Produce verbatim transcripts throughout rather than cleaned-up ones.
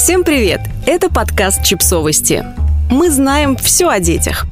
Всем привет! Это подкаст «Чипсовости». Мы знаем все о детях.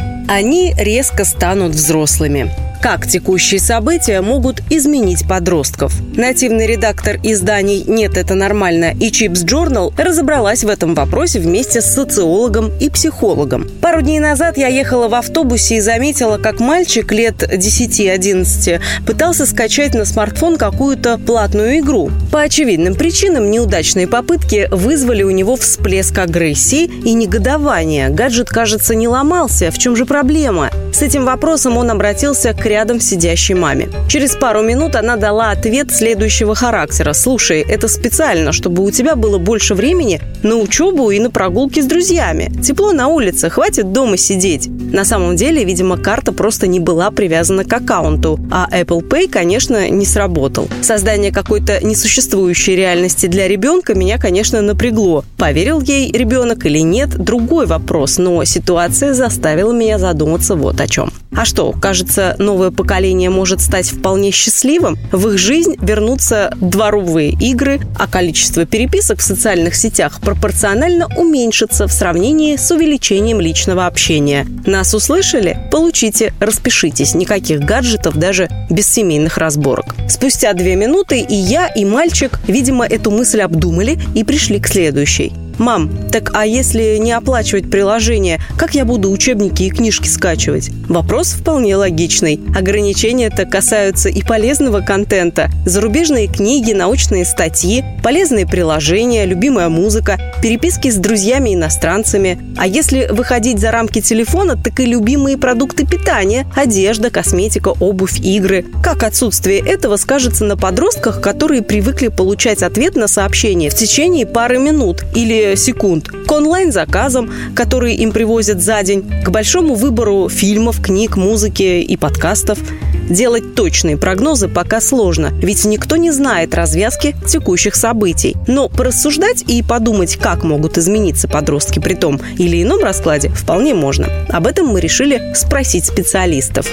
Они резко станут взрослыми. Как текущие события могут изменить подростков? Нативный редактор изданий «Нет, это нормально» и Chips Journal разобралась в этом вопросе вместе с социологом и психологом. Пару дней назад я ехала в автобусе и заметила, как мальчик лет десяти-одиннадцати пытался скачать на смартфон какую-то платную игру. По очевидным причинам неудачные попытки вызвали у него всплеск агрессии и негодования. Гаджет, кажется, не ломался. В чем же проблема? С этим вопросом он обратился к рядом сидящей маме. Через пару минут она дала ответ следующего характера. «Слушай, это специально, чтобы у тебя было больше времени на учебу и на прогулки с друзьями. Тепло на улице, хватит дома сидеть». На самом деле, видимо, карта просто не была привязана к аккаунту, а Apple Pay, конечно, не сработал. Создание какой-то несуществующей реальности для ребенка меня, конечно, напрягло. Поверил ей ребенок или нет – другой вопрос, но ситуация заставила меня задуматься вот о чем. А что, кажется, новое поколение может стать вполне счастливым? В их жизнь вернутся дворовые игры, а количество переписок в социальных сетях пропорционально уменьшится в сравнении с увеличением личного общения. Нас услышали? Получите, распишитесь. Никаких гаджетов, даже без семейных разборок. Спустя две минуты и я, и мальчик, видимо, эту мысль обдумали и пришли к следующей. «Мам, так а если не оплачивать приложение, как я буду учебники и книжки скачивать?» Вопрос вполне логичный. Ограничения-то касаются и полезного контента. Зарубежные книги, научные статьи, полезные приложения, любимая музыка, переписки с друзьями-иностранцами. А если выходить за рамки телефона, так и любимые продукты питания, одежда, косметика, обувь, игры. Как отсутствие этого скажется на подростках, которые привыкли получать ответ на сообщение в течение пары минут или секунд, к онлайн-заказам, которые им привозят за день, к большому выбору фильмов, книг, музыки и подкастов. Делать точные прогнозы пока сложно, ведь никто не знает развязки текущих событий. Но порассуждать и подумать, как могут измениться подростки при том или ином раскладе, вполне можно. Об этом мы решили спросить специалистов.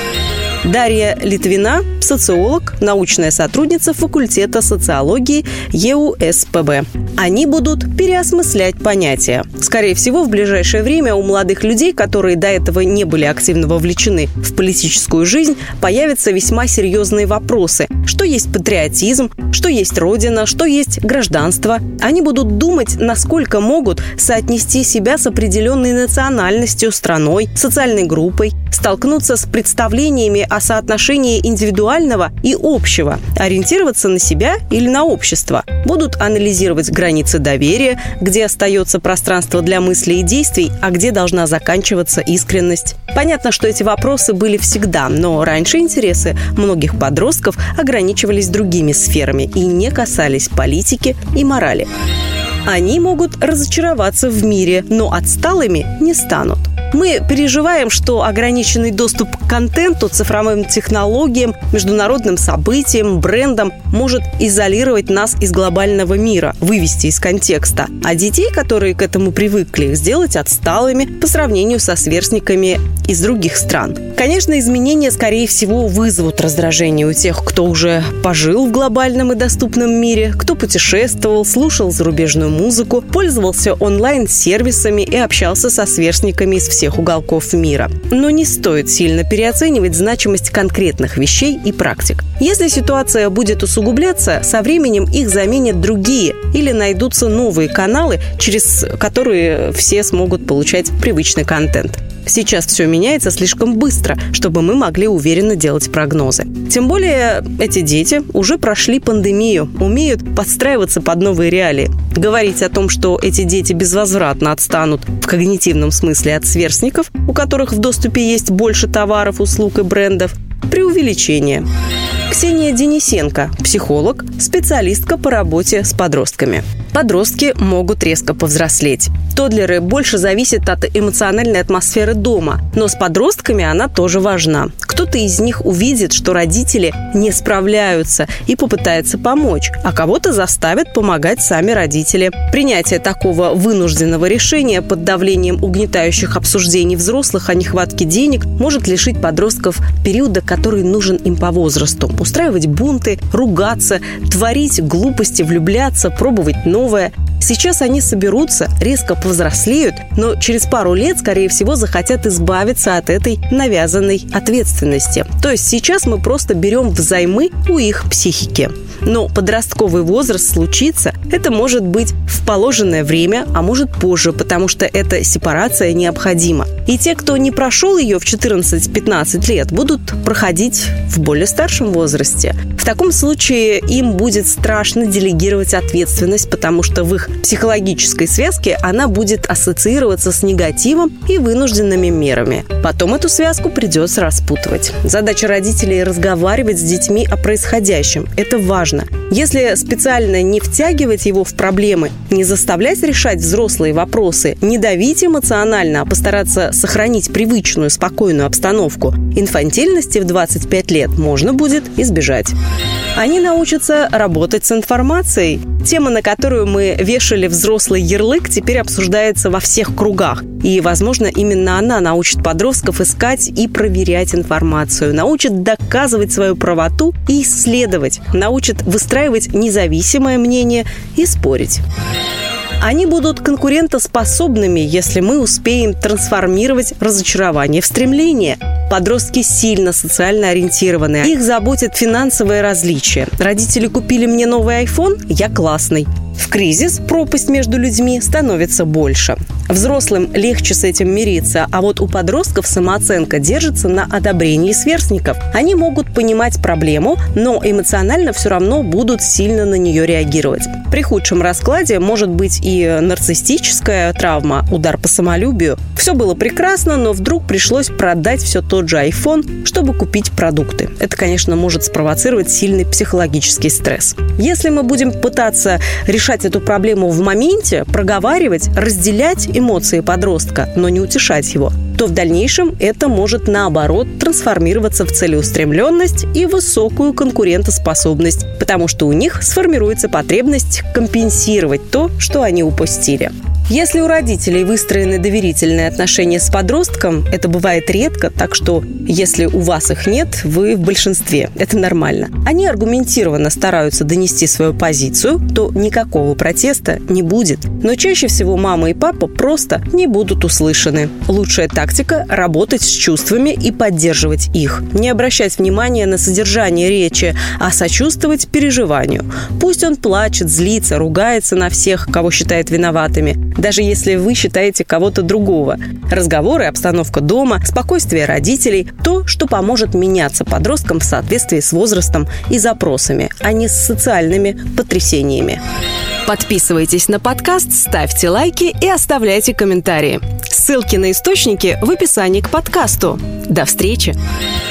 Дарья Литвина, социолог, научная сотрудница факультета социологии ЕУСПБ. Они будут переосмыслять понятия. Скорее всего, в ближайшее время у молодых людей, которые до этого не были активно вовлечены в политическую жизнь, появятся весьма серьезные вопросы. Что есть патриотизм, что есть родина, что есть гражданство. Они будут думать, насколько могут соотнести себя с определенной национальностью, страной, социальной группой, столкнуться с представлениями о соотношении индивидуального и общего, ориентироваться на себя или на общество. Будут анализировать границы доверия, где остается пространство для мыслей и действий, а где должна заканчиваться искренность. Понятно, что эти вопросы были всегда, но раньше интересы многих подростков ограничивались другими сферами и не касались политики и морали. Они могут разочароваться в мире, но отсталыми не станут. Мы переживаем, что ограниченный доступ к контенту, цифровым технологиям, международным событиям, брендам может изолировать нас из глобального мира, вывести из контекста, а детей, которые к этому привыкли, сделать отсталыми по сравнению со сверстниками из других стран. Конечно, изменения, скорее всего, вызовут раздражение у тех, кто уже пожил в глобальном и доступном мире, кто путешествовал, слушал зарубежную музыку, пользовался онлайн-сервисами и общался со сверстниками из всех всех уголков мира. Но не стоит сильно переоценивать значимость конкретных вещей и практик. Если ситуация будет усугубляться, со временем их заменят другие или найдутся новые каналы, через которые все смогут получать привычный контент. Сейчас все меняется слишком быстро, чтобы мы могли уверенно делать прогнозы. Тем более эти дети уже прошли пандемию, умеют подстраиваться под новые реалии. Говорить о том, что эти дети безвозвратно отстанут в когнитивном смысле от сверстников, у которых в доступе есть больше товаров, услуг и брендов, преувеличение. Ксения Денисенко, психолог, специалистка по работе с подростками. Подростки могут резко повзрослеть. Тоддлеры больше зависят от эмоциональной атмосферы дома, но с подростками она тоже важна. Кто-то из них увидит, что родители не справляются и попытается помочь, а кого-то заставят помогать сами родители. Принятие такого вынужденного решения под давлением угнетающих обсуждений взрослых о нехватке денег может лишить подростков периода, который нужен им по возрасту. Устраивать бунты, ругаться, творить глупости, влюбляться, пробовать новое. Сейчас они соберутся, резко повзрослеют, но через пару лет, скорее всего, захотят избавиться от этой навязанной ответственности. То есть сейчас мы просто берем взаймы у их психики. Но подростковый возраст случится, это может быть в положенное время, а может позже, потому что эта сепарация необходима. И те, кто не прошел ее в четырнадцать-пятнадцать лет, будут проходить в более старшем возрасте. В таком случае им будет страшно делегировать ответственность, потому что в их психологической связке она будет ассоциироваться с негативом и вынужденными мерами. Потом эту связку придется распутывать. Задача родителей – разговаривать с детьми о происходящем. Это важно. Если специально не втягивать его в проблемы, не заставлять решать взрослые вопросы, не давить эмоционально, а постараться сохранить привычную, спокойную обстановку, инфантильности в двадцать пять лет можно будет избежать. Они научатся работать с информацией. Тема, на которую мы вешали взрослый ярлык, теперь обсуждается во всех кругах. И, возможно, именно она научит подростков искать и проверять информацию, научит доказывать свою правоту и исследовать, научит выстраивать независимое мнение и спорить. Они будут конкурентоспособными, если мы успеем трансформировать разочарование в стремление. Подростки сильно социально ориентированы. Их заботят финансовые различия. Родители купили мне новый iPhone, я классный. В кризис пропасть между людьми становится больше. Взрослым легче с этим мириться, а вот у подростков самооценка держится на одобрении сверстников. Они могут понимать проблему, но эмоционально все равно будут сильно на нее реагировать. При худшем раскладе может быть и нарциссическая травма, удар по самолюбию. Все было прекрасно, но вдруг пришлось продать все тот же iPhone, чтобы купить продукты. Это, конечно, может спровоцировать сильный психологический стресс. Если мы будем пытаться решать эту проблему в моменте, проговаривать, разделять эмоции подростка, но не утешать его, то в дальнейшем это может, наоборот, трансформироваться в целеустремленность и высокую конкурентоспособность, потому что у них сформируется потребность компенсировать то, что они упустили. Если у родителей выстроены доверительные отношения с подростком, это бывает редко, так что если у вас их нет, вы в большинстве. Это нормально. Они аргументированно стараются донести свою позицию, то никакого протеста не будет. Но чаще всего мама и папа просто не будут услышаны. Лучшая тактика – работать с чувствами и поддерживать их. Не обращать внимания на содержание речи, а сочувствовать переживанию. Пусть он плачет, злится, ругается на всех, кого считает виноватыми, даже если вы считаете кого-то другого. Разговоры, обстановка дома, спокойствие родителей – то, что поможет меняться подросткам в соответствии с возрастом и запросами, а не с социальными потрясениями. Подписывайтесь на подкаст, ставьте лайки и оставляйте комментарии. Ссылки на источники в описании к подкасту. До встречи!